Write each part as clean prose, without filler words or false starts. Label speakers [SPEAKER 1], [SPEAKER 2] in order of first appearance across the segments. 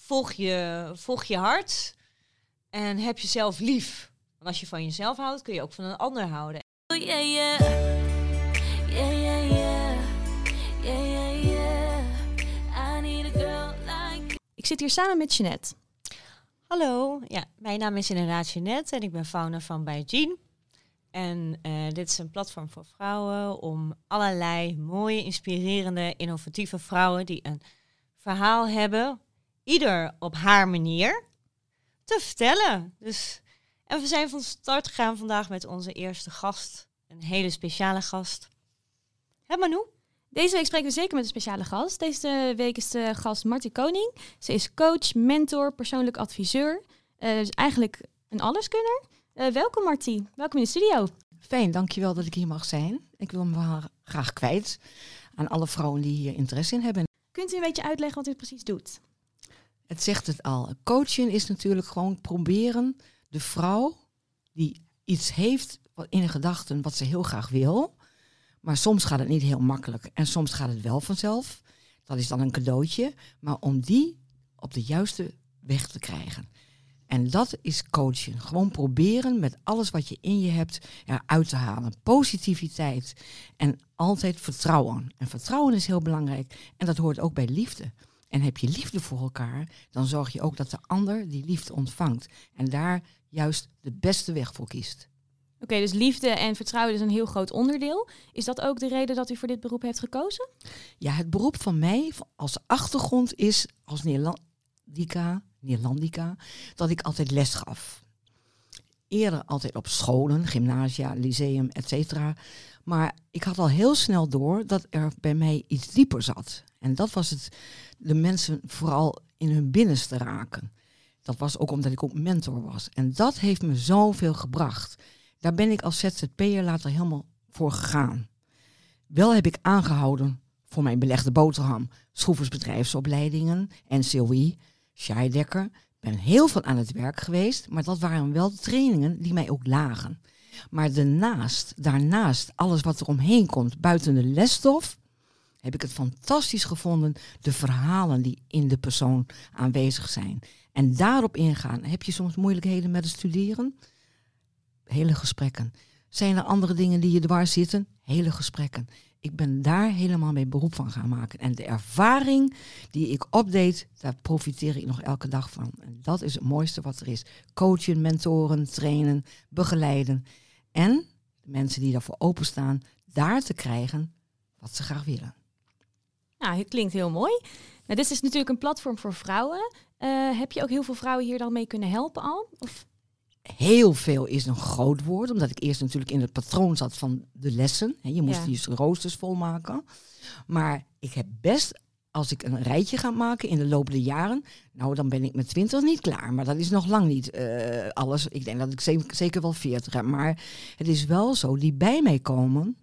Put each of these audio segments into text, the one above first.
[SPEAKER 1] volg je hart en heb jezelf lief. Want als je van jezelf houdt, kun je ook van een ander houden.
[SPEAKER 2] Oh, yeah, yeah. Yeah, yeah, yeah. Yeah, yeah, yeah. I need a girl like...
[SPEAKER 3] Ik zit hier samen met Jeanette.
[SPEAKER 1] Hallo, ja, mijn naam is inderdaad Jeanette en ik ben founder van By Jean. En dit is een platform voor vrouwen om allerlei mooie, inspirerende, innovatieve vrouwen die een verhaal hebben, ieder op haar manier, te vertellen. En we zijn van start gegaan vandaag met onze eerste gast, een hele speciale gast. Hè Manu?
[SPEAKER 3] Deze week spreken we zeker met een speciale gast. Deze week is de gast Marti Koning. Ze is coach, mentor, persoonlijk adviseur. Dus eigenlijk een alleskunner. Welkom Marti, welkom in de studio.
[SPEAKER 4] Fijn, dankjewel dat ik hier mag zijn. Ik wil me wel graag kwijt aan alle vrouwen die hier interesse in hebben.
[SPEAKER 3] Kunt u een beetje uitleggen wat u precies doet?
[SPEAKER 4] Het zegt het al. Coachen is natuurlijk gewoon proberen de vrouw die iets heeft in de gedachten wat ze heel graag wil. Maar soms gaat het niet heel makkelijk en soms gaat het wel vanzelf. Dat is dan een cadeautje. Maar om die op de juiste weg te krijgen. En dat is coachen. Gewoon proberen met alles wat je in je hebt eruit te halen. Positiviteit en altijd vertrouwen. En vertrouwen is heel belangrijk en dat hoort ook bij liefde. En heb je liefde voor elkaar, dan zorg je ook dat de ander die liefde ontvangt. En daar juist de beste weg voor kiest.
[SPEAKER 3] Oké, dus liefde en vertrouwen is een heel groot onderdeel. Is dat ook de reden dat u voor dit beroep heeft gekozen?
[SPEAKER 4] Ja, het beroep van mij als achtergrond is als Neerlandica, dat ik altijd les gaf. Eerder altijd op scholen, gymnasia, lyceum, etc. Maar ik had al heel snel door dat er bij mij iets dieper zat. En dat was het, de mensen vooral in hun binnenste raken. Dat was ook omdat ik ook mentor was. En dat heeft me zoveel gebracht. Daar ben ik als ZZP'er later helemaal voor gegaan. Wel heb ik aangehouden voor mijn belegde boterham, schroeversbedrijfsopleidingen, NCOI, Scheidegger. Ik ben heel veel aan het werk geweest, maar dat waren wel de trainingen die mij ook lagen. Maar daarnaast, alles wat er omheen komt, buiten de lesstof, heb ik het fantastisch gevonden, de verhalen die in de persoon aanwezig zijn. En daarop ingaan. Heb je soms moeilijkheden met het studeren? Hele gesprekken. Zijn er andere dingen die je dwars zitten? Hele gesprekken. Ik ben daar helemaal mee beroep van gaan maken. En de ervaring die ik opdeed, daar profiteer ik nog elke dag van. En dat is het mooiste wat er is. Coachen, mentoren, trainen, begeleiden. En de mensen die daarvoor openstaan, daar te krijgen wat ze graag willen.
[SPEAKER 3] Nou, het klinkt heel mooi. Nou, dit is natuurlijk een platform voor vrouwen. Heb je ook heel veel vrouwen hier dan mee kunnen helpen al? Of?
[SPEAKER 4] Heel veel is een groot woord, omdat ik eerst natuurlijk in het patroon zat van de lessen. Je moest die roosters volmaken. Maar ik heb best, als ik een rijtje ga maken in de loop der jaren, nou dan ben ik met 20 niet klaar. Maar dat is nog lang niet alles. Ik denk dat ik zeker wel 40 heb. Maar het is wel zo, die bij mij komen,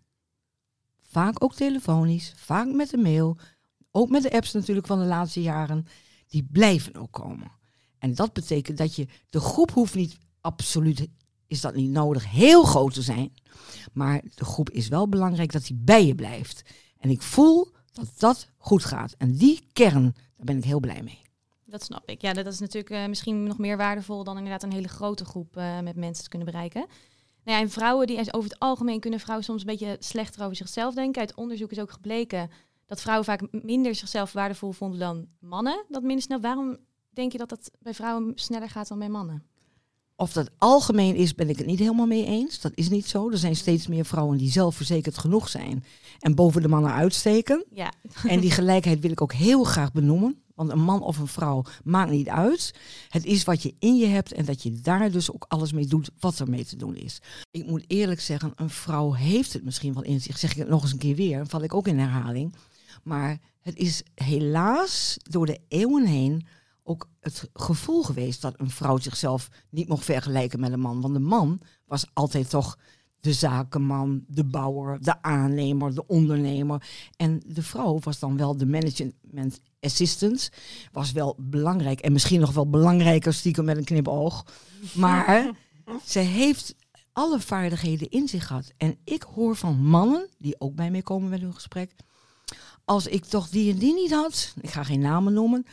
[SPEAKER 4] vaak ook telefonisch, vaak met de mail, ook met de apps natuurlijk van de laatste jaren, die blijven ook komen. En dat betekent dat de groep hoeft niet, absoluut is dat niet nodig, heel groot te zijn. Maar de groep is wel belangrijk dat die bij je blijft. En ik voel dat dat goed gaat. En die kern, daar ben ik heel blij mee.
[SPEAKER 3] Dat snap ik. Ja, dat is natuurlijk misschien nog meer waardevol dan inderdaad een hele grote groep met mensen te kunnen bereiken. Nou ja, en vrouwen, over het algemeen kunnen vrouwen soms een beetje slechter over zichzelf denken. Uit onderzoek is ook gebleken dat vrouwen vaak minder zichzelf waardevol vonden dan mannen. Dat minder snel. Waarom denk je dat dat bij vrouwen sneller gaat dan bij mannen?
[SPEAKER 4] Of dat algemeen is, ben ik het niet helemaal mee eens. Dat is niet zo. Er zijn steeds meer vrouwen die zelfverzekerd genoeg zijn en boven de mannen uitsteken.
[SPEAKER 3] Ja.
[SPEAKER 4] En die gelijkheid wil ik ook heel graag benoemen. Want een man of een vrouw maakt niet uit. Het is wat je in je hebt en dat je daar dus ook alles mee doet wat er mee te doen is. Ik moet eerlijk zeggen, een vrouw heeft het misschien wel in zich. Zeg ik het nog eens een keer weer, dan val ik ook in herhaling. Maar het is helaas door de eeuwen heen ook het gevoel geweest dat een vrouw zichzelf niet mocht vergelijken met een man. Want de man was altijd toch de zakenman, de bouwer, de aannemer, de ondernemer. En de vrouw was dan wel de management assistant. Was wel belangrijk en misschien nog wel belangrijker stiekem met een knipoog. Maar ze heeft alle vaardigheden in zich gehad. En ik hoor van mannen, die ook bij mij komen met hun gesprek, als ik toch die en die niet had, ik ga geen namen noemen,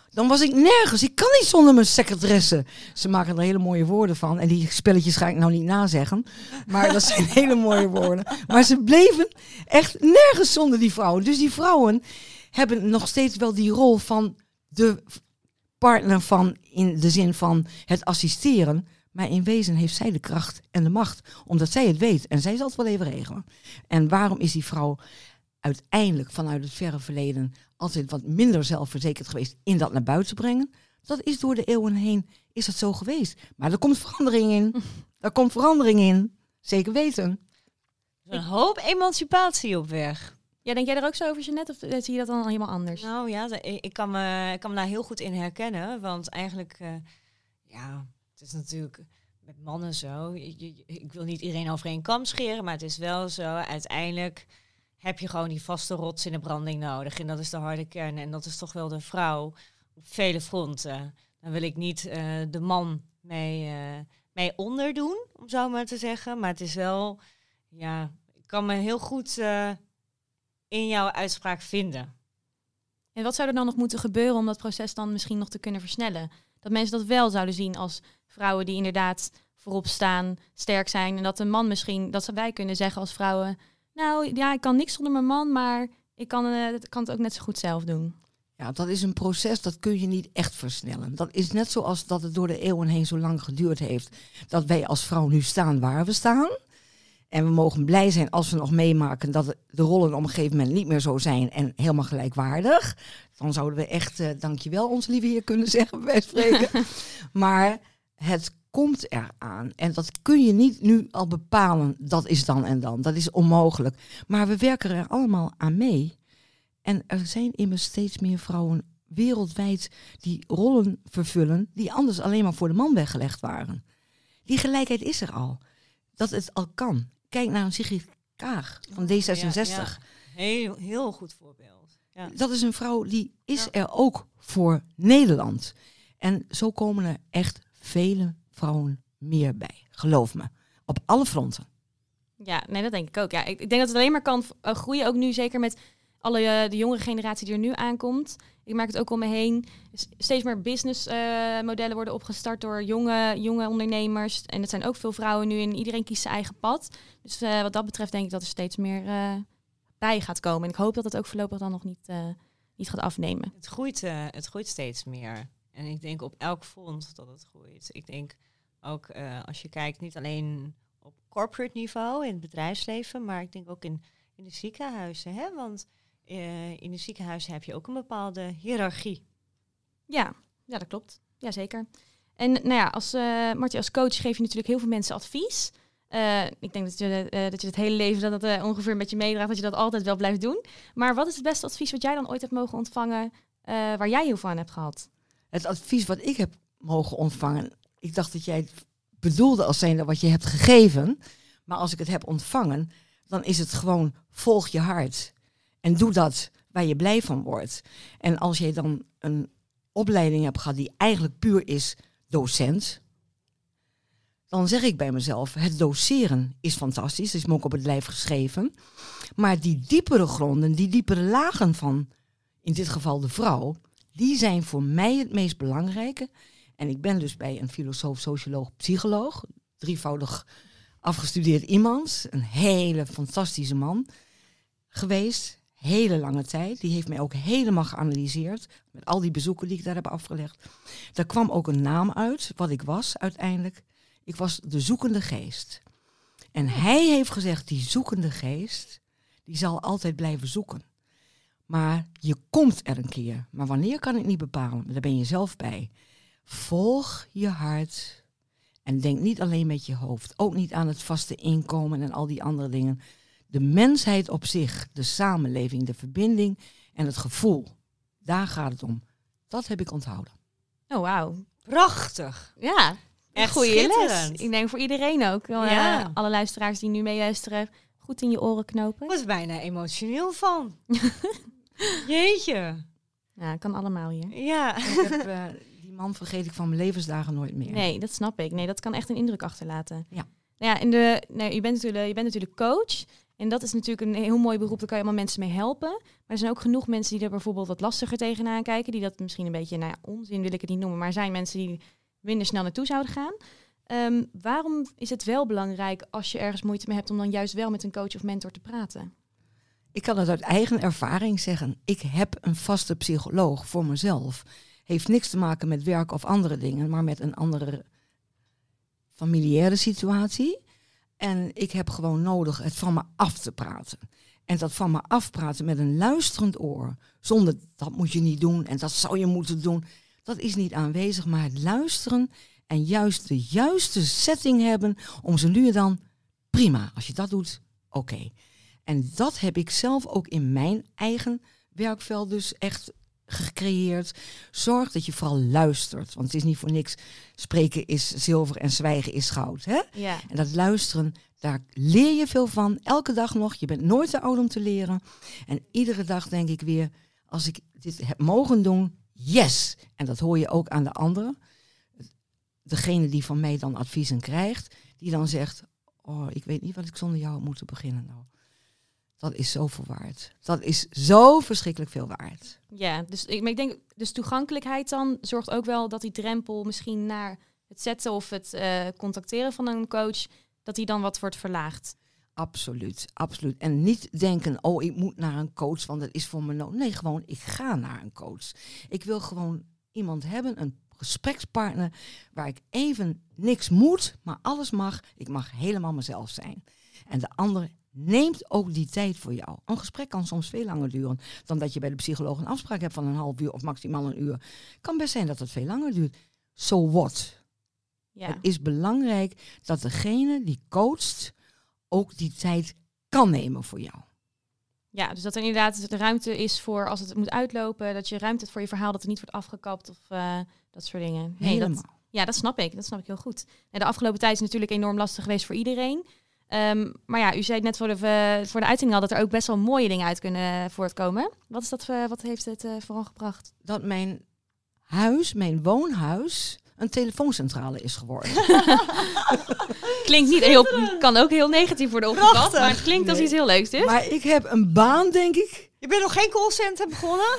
[SPEAKER 4] dan was ik nergens. Ik kan niet zonder mijn secretaresse. Ze maken er hele mooie woorden van. En die spelletjes ga ik nou niet nazeggen. Maar dat zijn hele mooie woorden. Maar ze bleven echt nergens zonder die vrouwen. Dus die vrouwen hebben nog steeds wel die rol van de partner van, in de zin van het assisteren. Maar in wezen heeft zij de kracht en de macht. Omdat zij het weet. En zij zal het wel even regelen. En waarom is die vrouw uiteindelijk vanuit het verre verleden altijd wat minder zelfverzekerd geweest in dat naar buiten brengen? Dat is door de eeuwen heen is dat zo geweest. Maar er komt verandering in. Er komt verandering in. Zeker weten.
[SPEAKER 1] Een hoop emancipatie op weg.
[SPEAKER 3] Ja, denk jij er ook zo over, Jeanette? Of zie je dat dan helemaal anders?
[SPEAKER 1] Nou ja, ik kan me daar heel goed in herkennen. Want eigenlijk, het is natuurlijk met mannen zo. Ik wil niet iedereen over één kam scheren, maar het is wel zo. Uiteindelijk heb je gewoon die vaste rots in de branding nodig. En dat is de harde kern. En dat is toch wel de vrouw op vele fronten. Dan wil ik niet de man mee onderdoen, om zo maar te zeggen. Maar het is wel, ik kan me heel goed in jouw uitspraak vinden.
[SPEAKER 3] En wat zou er dan nog moeten gebeuren om dat proces dan misschien nog te kunnen versnellen? Dat mensen dat wel zouden zien als vrouwen die inderdaad voorop staan, sterk zijn. En dat de man misschien, dat wij kunnen zeggen als vrouwen, nou ja, ik kan niks zonder mijn man, maar ik kan het ook net zo goed zelf doen.
[SPEAKER 4] Ja, dat is een proces, dat kun je niet echt versnellen. Dat is net zoals dat het door de eeuwen heen zo lang geduurd heeft. Dat wij als vrouw nu staan waar we staan. En we mogen blij zijn als we nog meemaken dat de rollen op een gegeven moment niet meer zo zijn en helemaal gelijkwaardig. Dan zouden we echt, dankjewel ons lieve heer kunnen zeggen, bij wijze van spreken. Maar het komt eraan. En dat kun je niet nu al bepalen, dat is dan en dan. Dat is onmogelijk. Maar we werken er allemaal aan mee. En er zijn immers steeds meer vrouwen wereldwijd die rollen vervullen die anders alleen maar voor de man weggelegd waren. Die gelijkheid is er al. Dat het al kan. Kijk naar een Sigrid Kaag van D66.
[SPEAKER 1] Ja. Heel goed voorbeeld. Ja.
[SPEAKER 4] Dat is een vrouw die is er ook voor Nederland. En zo komen er echt vele vrouwen meer bij. Geloof me. Op alle fronten.
[SPEAKER 3] Ja, nee, dat denk ik ook. Ja, ik denk dat het alleen maar kan groeien. Ook nu zeker met de jongere generatie die er nu aankomt. Ik merk het ook om me heen. Steeds meer businessmodellen worden opgestart door jonge ondernemers. En het zijn ook veel vrouwen nu en iedereen kiest zijn eigen pad. Dus wat dat betreft denk ik dat er steeds meer bij gaat komen. En ik hoop dat het ook voorlopig dan nog niet gaat afnemen.
[SPEAKER 1] Het groeit steeds meer. En ik denk op elk front dat het groeit. Ik denk ook als je kijkt niet alleen op corporate niveau in het bedrijfsleven, maar ik denk ook in de ziekenhuizen. Hè? Want in de ziekenhuizen heb je ook een bepaalde hiërarchie.
[SPEAKER 3] Ja, dat klopt. Jazeker. En nou ja, Marty, als coach geef je natuurlijk heel veel mensen advies. Ik denk dat je het hele leven dat ongeveer met je meedraagt, dat je dat altijd wel blijft doen. Maar wat is het beste advies wat jij dan ooit hebt mogen ontvangen, waar jij heel veel aan hebt gehad?
[SPEAKER 4] Het advies wat ik heb mogen ontvangen, ik dacht dat jij het bedoelde als zijnde wat je hebt gegeven. Maar als ik het heb ontvangen, dan is het gewoon volg je hart. En doe dat waar je blij van wordt. En als je dan een opleiding hebt gehad die eigenlijk puur is docent, dan zeg ik bij mezelf, het doseren is fantastisch. Dat is me ook op het lijf geschreven. Maar die diepere gronden, die diepere lagen van, in dit geval de vrouw, die zijn voor mij het meest belangrijke. En ik ben dus bij een filosoof, socioloog, psycholoog, drievoudig afgestudeerd iemand, een hele fantastische man geweest, hele lange tijd. Die heeft mij ook helemaal geanalyseerd, met al die bezoeken die ik daar heb afgelegd. Daar kwam ook een naam uit, wat ik was uiteindelijk. Ik was de zoekende geest. En hij heeft gezegd, die zoekende geest, die zal altijd blijven zoeken. Maar je komt er een keer. Maar wanneer kan ik niet bepalen, daar ben je zelf bij. Volg je hart. En denk niet alleen met je hoofd. Ook niet aan het vaste inkomen en al die andere dingen. De mensheid op zich, de samenleving, de verbinding en het gevoel. Daar gaat het om. Dat heb ik onthouden.
[SPEAKER 3] Oh, wauw.
[SPEAKER 1] Prachtig.
[SPEAKER 3] Ja,
[SPEAKER 1] Echt
[SPEAKER 3] goede les.
[SPEAKER 1] schitterend.
[SPEAKER 3] Ik denk voor iedereen ook.
[SPEAKER 1] Ja.
[SPEAKER 3] Alle luisteraars die nu meeluisteren, goed in je oren knopen.
[SPEAKER 1] Ik was bijna emotioneel van. Jeetje.
[SPEAKER 3] Ja, kan allemaal hier.
[SPEAKER 1] Ja.
[SPEAKER 4] Ik heb, die man vergeet ik van mijn levensdagen nooit meer.
[SPEAKER 3] Nee, dat snap ik. Nee, dat kan echt een indruk achterlaten.
[SPEAKER 4] Ja.
[SPEAKER 3] Nou ja, je bent natuurlijk coach. En dat is natuurlijk een heel mooi beroep, daar kan je allemaal mensen mee helpen. Maar er zijn ook genoeg mensen die er bijvoorbeeld wat lastiger tegenaan kijken. Die dat misschien een beetje, onzin wil ik het niet noemen. Maar er zijn mensen die minder snel naartoe zouden gaan. Waarom is het wel belangrijk als je ergens moeite mee hebt om dan juist wel met een coach of mentor te praten?
[SPEAKER 4] Ik kan het uit eigen ervaring zeggen. Ik heb een vaste psycholoog voor mezelf. Heeft niks te maken met werk of andere dingen, maar met een andere familiaire situatie. En ik heb gewoon nodig het van me af te praten. En dat van me afpraten met een luisterend oor. Zonder dat moet je niet doen en dat zou je moeten doen. Dat is niet aanwezig, maar het luisteren en juist de juiste setting hebben om ze nu en dan, prima, als je dat doet, oké. En dat heb ik zelf ook in mijn eigen werkveld dus echt gecreëerd. Zorg dat je vooral luistert, want het is niet voor niks. Spreken is zilver en zwijgen is goud. Hè?
[SPEAKER 3] Ja.
[SPEAKER 4] En dat luisteren, daar leer je veel van. Elke dag nog, je bent nooit te oud om te leren. En iedere dag denk ik weer, als ik dit heb mogen doen, yes. En dat hoor je ook aan de anderen. Degene die van mij dan adviezen krijgt, die dan zegt, oh, ik weet niet wat ik zonder jou had moeten beginnen nou. Dat is zoveel waard. Dat is zo verschrikkelijk veel waard.
[SPEAKER 3] Ja, dus ik denk, dus toegankelijkheid dan zorgt ook wel dat die drempel misschien naar het zetten of het contacteren van een coach, dat die dan wat wordt verlaagd.
[SPEAKER 4] Absoluut, absoluut. En niet denken, oh, ik moet naar een coach, want dat is voor me nodig. Nee, gewoon, ik ga naar een coach. Ik wil gewoon iemand hebben, een gesprekspartner, waar ik even niks moet, maar alles mag. Ik mag helemaal mezelf zijn. En de ander neemt ook die tijd voor jou. Een gesprek kan soms veel langer duren dan dat je bij de psycholoog een afspraak hebt van een half uur of maximaal een uur. Kan best zijn dat het veel langer duurt. So what?
[SPEAKER 3] Ja.
[SPEAKER 4] Het is belangrijk dat degene die coacht ook die tijd kan nemen voor jou.
[SPEAKER 3] Ja, dus dat er inderdaad de ruimte is voor als het moet uitlopen, dat je ruimte hebt voor je verhaal, dat er niet wordt afgekapt of dat soort dingen. Nee,
[SPEAKER 4] Helemaal.
[SPEAKER 3] dat snap ik. Dat snap ik heel goed. En de afgelopen tijd is natuurlijk enorm lastig geweest voor iedereen. Maar ja, u zei net voor de uitzending al dat er ook best wel mooie dingen uit kunnen voortkomen. Wat is dat? Wat heeft het vooral gebracht?
[SPEAKER 4] Dat mijn woonhuis, een telefooncentrale is geworden.
[SPEAKER 3] Klinkt niet heel, kan ook heel negatief worden opgevat, maar het klinkt als
[SPEAKER 4] Nee.
[SPEAKER 3] iets heel leuks, dus.
[SPEAKER 4] Maar ik heb een baan, denk ik,
[SPEAKER 1] Je bent nog geen callcenter begonnen?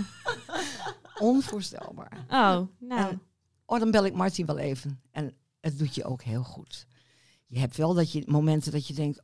[SPEAKER 4] onvoorstelbaar.
[SPEAKER 3] Oh, nou.
[SPEAKER 4] Oh, dan bel ik Martin wel even. En het doet je ook heel goed. Je hebt wel dat je momenten dat je denkt,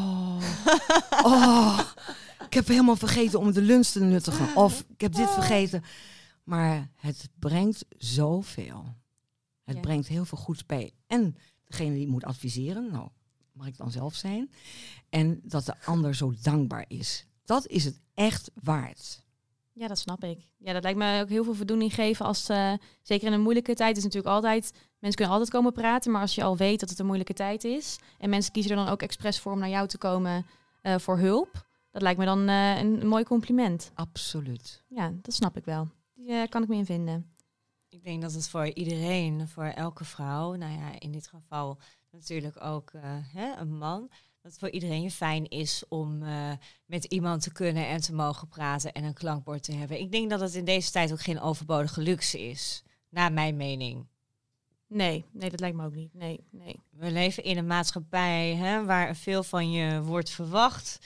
[SPEAKER 4] ik heb helemaal vergeten om de lunch te nuttigen. Of ik heb dit vergeten. Maar het brengt zoveel. Het
[SPEAKER 3] Ja.
[SPEAKER 4] brengt heel veel goeds bij. En degene die moet adviseren, nou, mag ik dan zelf zijn. En dat de ander zo dankbaar is. Dat is het echt waard.
[SPEAKER 3] Ja, dat snap ik. Ja, dat lijkt me ook heel veel voldoening geven als, zeker in een moeilijke tijd, is natuurlijk altijd, mensen kunnen altijd komen praten, maar als je al weet dat het een moeilijke tijd is, en mensen kiezen er dan ook expres voor om naar jou te komen voor hulp, dat lijkt me dan een mooi compliment.
[SPEAKER 4] Absoluut.
[SPEAKER 3] Ja, dat snap ik wel. Die kan ik me in vinden.
[SPEAKER 1] Ik denk dat het voor iedereen, voor elke vrouw, nou ja, in dit geval natuurlijk ook een man, dat het voor iedereen fijn is om met iemand te kunnen en te mogen praten en een klankbord te hebben. Ik denk dat het in deze tijd ook geen overbodige luxe is, naar mijn mening.
[SPEAKER 3] Nee, dat lijkt me ook niet. Nee.
[SPEAKER 1] We leven in een maatschappij waar veel van je wordt verwacht.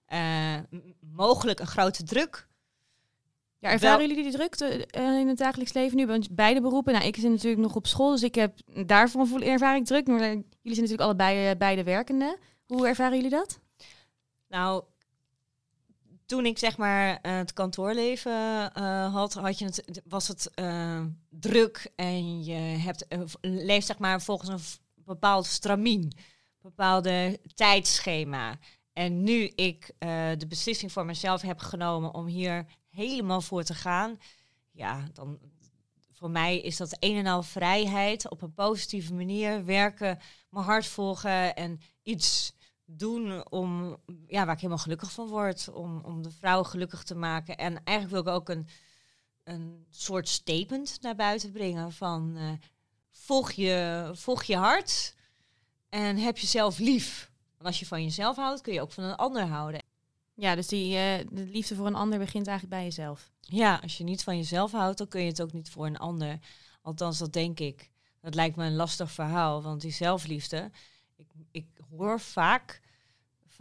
[SPEAKER 1] Mogelijk een grote druk.
[SPEAKER 3] Ja, ervaren jullie die drukte in het dagelijks leven nu? Want beide beroepen. Nou, ik zit natuurlijk nog op school, dus ik heb daarvan ervaar ik druk. Maar jullie zijn natuurlijk allebei beide werkende. Hoe ervaren jullie dat?
[SPEAKER 1] Nou, toen ik zeg maar het kantoorleven had je was het druk en je leeft zeg maar volgens een bepaald stramien, bepaalde tijdschema. En nu ik de beslissing voor mezelf heb genomen om hier helemaal voor te gaan, ja, dan voor mij is dat een en al vrijheid, op een positieve manier werken, mijn hart volgen en iets doen om, ja, waar ik helemaal gelukkig van word, om de vrouw gelukkig te maken. En eigenlijk wil ik ook een soort statement naar buiten brengen van volg je hart en heb jezelf lief. Want als je van jezelf houdt, kun je ook van een ander houden.
[SPEAKER 3] Ja, dus de liefde voor een ander begint eigenlijk bij jezelf.
[SPEAKER 1] Ja, als je niet van jezelf houdt, dan kun je het ook niet voor een ander. Althans, dat denk ik. Dat lijkt me een lastig verhaal, want die zelfliefde, ik hoor vaak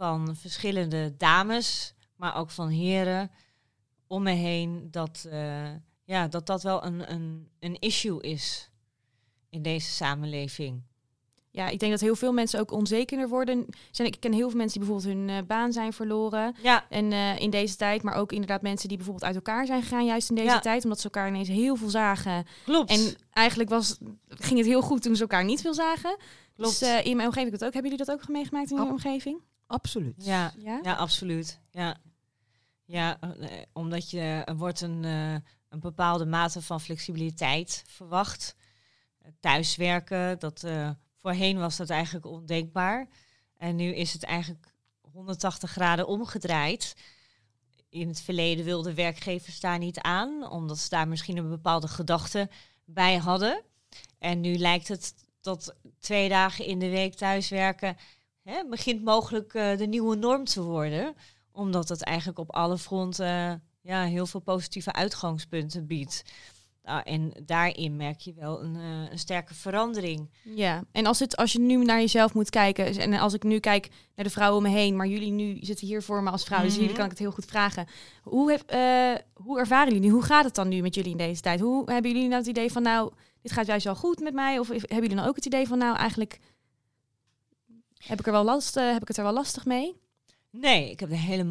[SPEAKER 1] van verschillende dames, maar ook van heren om me heen, dat wel een issue is in deze samenleving.
[SPEAKER 3] Ja, ik denk dat heel veel mensen ook onzekerder worden. Ik ken heel veel mensen die bijvoorbeeld hun baan zijn verloren.
[SPEAKER 1] Ja,
[SPEAKER 3] En in deze tijd, maar ook inderdaad mensen die bijvoorbeeld uit elkaar zijn gegaan juist in deze tijd. Omdat ze elkaar ineens heel veel zagen.
[SPEAKER 1] klopt.
[SPEAKER 3] En eigenlijk ging het heel goed toen ze elkaar niet veel zagen.
[SPEAKER 1] Klopt.
[SPEAKER 3] Dus in mijn omgeving dat ook. Hebben jullie dat ook meegemaakt in jullie omgeving?
[SPEAKER 4] Absoluut.
[SPEAKER 1] Ja,
[SPEAKER 3] Ja?
[SPEAKER 1] ja, absoluut. Ja, omdat er wordt een bepaalde mate van flexibiliteit verwacht. Thuiswerken, voorheen was dat eigenlijk ondenkbaar. En nu is het eigenlijk 180 graden omgedraaid. In het verleden wilden werkgevers daar niet aan, omdat ze daar misschien een bepaalde gedachte bij hadden. En nu lijkt het dat 2 dagen in de week thuiswerken begint mogelijk de nieuwe norm te worden. Omdat het eigenlijk op alle fronten heel veel positieve uitgangspunten biedt. En daarin merk je wel een sterke verandering.
[SPEAKER 3] Ja, en als je nu naar jezelf moet kijken, en als ik nu kijk naar de vrouwen om me heen, maar jullie nu zitten hier voor me als vrouw, dus jullie kan ik het heel goed vragen. Hoe ervaren jullie nu? Hoe gaat het dan nu met jullie in deze tijd? Hoe hebben jullie nou het idee van, nou, dit gaat juist wel goed met mij? Of hebben jullie dan ook het idee van, nou, eigenlijk heb ik het er wel lastig mee?
[SPEAKER 1] Nee, ik heb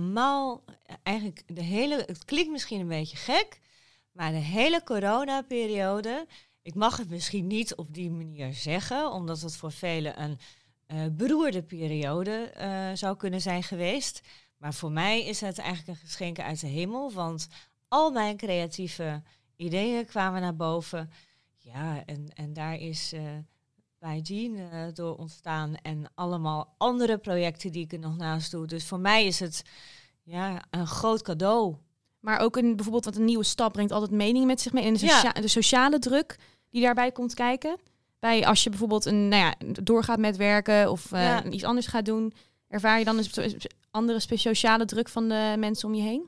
[SPEAKER 1] het klinkt misschien een beetje gek, maar de hele coronaperiode, ik mag het misschien niet op die manier zeggen, omdat het voor velen een beroerde periode zou kunnen zijn geweest. Maar voor mij is het eigenlijk een geschenk uit de hemel, want al mijn creatieve ideeën kwamen naar boven. Ja, en daar is bij Jean door ontstaan en allemaal andere projecten die ik er nog naast doe. Dus voor mij is het een groot cadeau.
[SPEAKER 3] Maar ook bijvoorbeeld, wat een nieuwe stap brengt altijd meningen met zich mee. En de sociale druk die daarbij komt kijken. Bij als je bijvoorbeeld doorgaat met werken of iets anders gaat doen. Ervaar je dan een andere sociale druk van de mensen om je heen?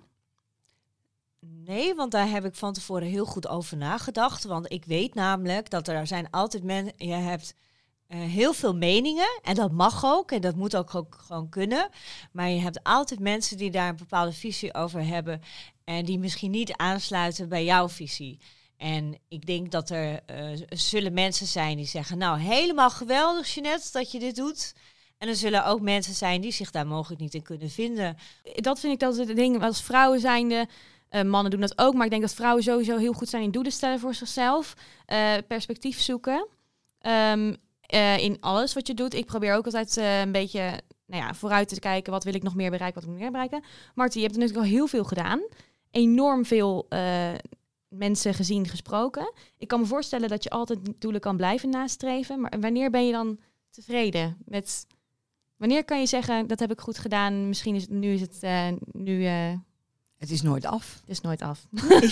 [SPEAKER 1] Nee, want daar heb ik van tevoren heel goed over nagedacht. Want ik weet namelijk dat er zijn altijd mensen. Je hebt heel veel meningen en dat mag ook en dat moet ook gewoon kunnen. Maar je hebt altijd mensen die daar een bepaalde visie over hebben en die misschien niet aansluiten bij jouw visie. En ik denk dat er zullen mensen zijn die zeggen, nou, helemaal geweldig, Jeanette, dat je dit doet. En er zullen ook mensen zijn die zich daar mogelijk niet in kunnen vinden.
[SPEAKER 3] Dat vind ik dat het ding, als vrouwen zijnde, mannen doen dat ook, maar ik denk dat vrouwen sowieso heel goed zijn in doelen stellen voor zichzelf. Perspectief zoeken. In alles wat je doet. Ik probeer ook altijd een beetje vooruit te kijken. Wat wil ik nog meer bereiken? Wat wil ik meer bereiken? Marty, je hebt natuurlijk al heel veel gedaan. Enorm veel mensen gezien, gesproken. Ik kan me voorstellen dat je altijd doelen kan blijven nastreven. Maar wanneer ben je dan tevreden? Wanneer kan je zeggen, dat heb ik goed gedaan. Misschien is het nu...
[SPEAKER 4] Het is nooit af.
[SPEAKER 3] Het is nooit af.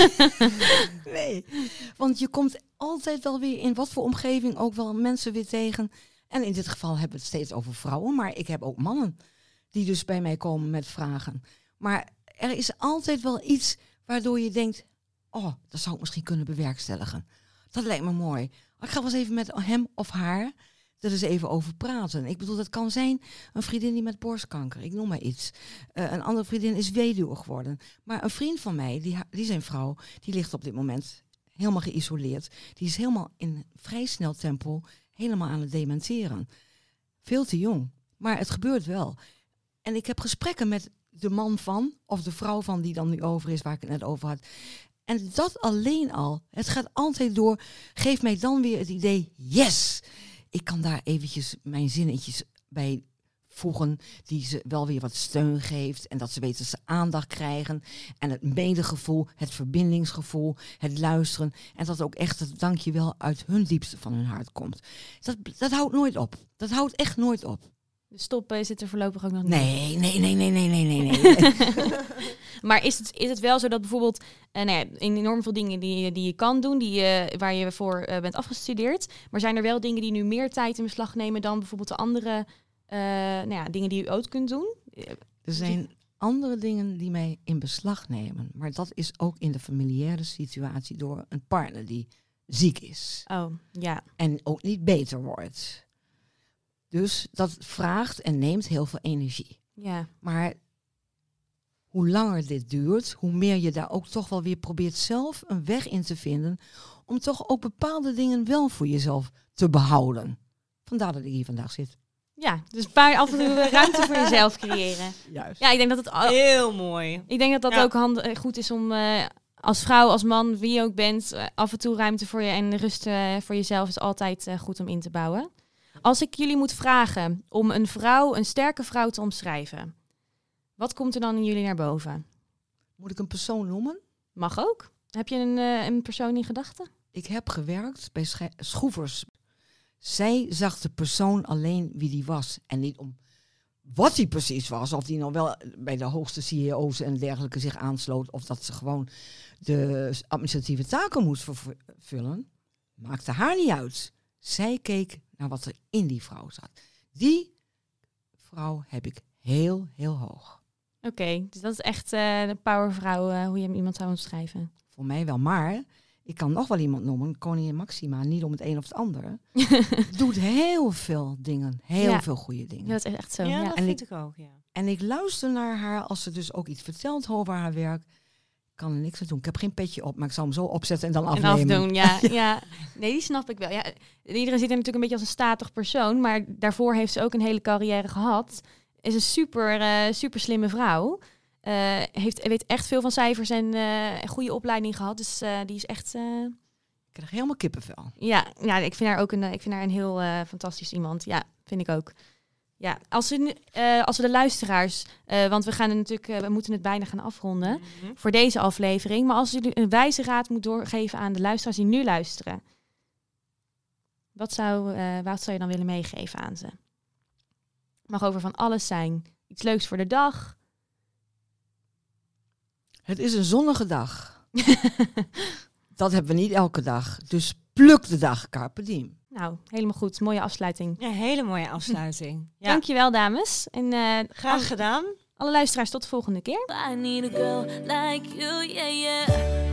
[SPEAKER 4] Nee, want je komt altijd wel weer in wat voor omgeving ook wel mensen weer tegen. En in dit geval hebben we het steeds over vrouwen, maar ik heb ook mannen die dus bij mij komen met vragen. Maar er is altijd wel iets waardoor je denkt, oh, dat zou ik misschien kunnen bewerkstelligen. Dat lijkt me mooi. Ik ga wel eens even met hem of haar er eens even over praten. Ik bedoel, dat kan zijn een vriendin die met borstkanker, ik noem maar iets. Een andere vriendin is weduwe geworden. Maar een vriend van mij, die zijn vrouw, die ligt op dit moment helemaal geïsoleerd. Die is helemaal in vrij snel tempo helemaal aan het dementeren. Veel te jong. Maar het gebeurt wel. En ik heb gesprekken met de man van, of de vrouw van die dan nu over is, waar ik het net over had. En dat alleen al, het gaat altijd door, geeft mij dan weer het idee, yes! Ik kan daar eventjes mijn zinnetjes bij voegen die ze wel weer wat steun geeft. En dat ze weten dat ze aandacht krijgen. En het medegevoel, het verbindingsgevoel, het luisteren. En dat ook echt het dankjewel uit hun diepste van hun hart komt. Dat houdt nooit op. Dat houdt echt nooit op.
[SPEAKER 3] Dus stoppen zit er voorlopig ook nog niet.
[SPEAKER 4] Nee.
[SPEAKER 3] Maar is het wel zo dat bijvoorbeeld enorm veel dingen die je kan doen, waar je voor bent afgestudeerd, maar zijn er wel dingen die nu meer tijd in beslag nemen dan bijvoorbeeld de andere dingen die je ook kunt doen?
[SPEAKER 4] Er zijn andere dingen die mij in beslag nemen, maar dat is ook in de familiaire situatie door een partner die ziek is.
[SPEAKER 3] Oh, ja.
[SPEAKER 4] En ook niet beter wordt. Dus dat vraagt en neemt heel veel energie.
[SPEAKER 3] Ja.
[SPEAKER 4] Maar hoe langer dit duurt, hoe meer je daar ook toch wel weer probeert zelf een weg in te vinden. Om toch ook bepaalde dingen wel voor jezelf te behouden. Vandaar dat ik hier vandaag zit.
[SPEAKER 3] Ja, dus een paar af en toe ruimte voor jezelf creëren.
[SPEAKER 4] Juist.
[SPEAKER 3] Ja, ik denk dat het
[SPEAKER 1] Heel mooi.
[SPEAKER 3] Ik denk dat dat
[SPEAKER 1] Ja.
[SPEAKER 3] ook goed is om als vrouw, als man, wie je ook bent, af en toe ruimte voor je en rust voor jezelf is altijd goed om in te bouwen. Als ik jullie moet vragen om een sterke vrouw te omschrijven, wat komt er dan in jullie naar boven?
[SPEAKER 4] Moet ik een persoon noemen?
[SPEAKER 3] Mag ook. Heb je een persoon in gedachten?
[SPEAKER 4] Ik heb gewerkt bij Schroevers. Zij zag de persoon alleen wie die was. En niet om wat hij precies was. Of die nou wel bij de hoogste CEO's en dergelijke zich aansloot. Of dat ze gewoon de administratieve taken moest vervullen. Maakte haar niet uit. Zij keek naar wat er in die vrouw zat. Die vrouw heb ik heel, heel hoog.
[SPEAKER 3] Oké, dus dat is echt de powervrouw, hoe je iemand zou omschrijven.
[SPEAKER 4] Voor mij wel, maar ik kan nog wel iemand noemen, koningin Maxima, niet om het een of het andere. Doet heel veel dingen, heel veel goede dingen.
[SPEAKER 3] Ja, dat is echt zo.
[SPEAKER 1] Ja,
[SPEAKER 3] Ja.
[SPEAKER 1] dat
[SPEAKER 4] En
[SPEAKER 1] vind ik ook, ja.
[SPEAKER 4] En ik luister naar haar als ze dus ook iets vertelt over haar werk. Ik kan er niks aan doen. Ik heb geen petje op, maar ik zal hem zo opzetten en dan
[SPEAKER 3] En
[SPEAKER 4] afnemen.
[SPEAKER 3] afdoen, ja, ja. Nee, die snap ik wel. Ja, iedereen ziet er natuurlijk een beetje als een statig persoon, maar daarvoor heeft ze ook een hele carrière gehad. Is een super slimme vrouw. Weet echt veel van cijfers en een goede opleiding gehad. Dus die is echt...
[SPEAKER 4] Ik krijg helemaal kippenvel.
[SPEAKER 3] Ja, ik vind haar een heel fantastisch iemand. Ja, vind ik ook. Ja, als we de luisteraars, want we moeten het bijna gaan afronden voor deze aflevering. Maar als jullie een wijze raad moet doorgeven aan de luisteraars die nu luisteren, wat zou je dan willen meegeven aan ze? Mag over van alles zijn. Iets leuks voor de dag.
[SPEAKER 4] Het is een zonnige dag. Dat hebben we niet elke dag. Dus pluk de dag, carpe diem.
[SPEAKER 3] Nou, helemaal goed. Mooie afsluiting.
[SPEAKER 1] Ja, hele mooie afsluiting. Ja.
[SPEAKER 3] Dankjewel, dames. En
[SPEAKER 1] Graag gedaan.
[SPEAKER 3] alle luisteraars, tot de volgende keer.
[SPEAKER 2] I need a girl like you, yeah, yeah.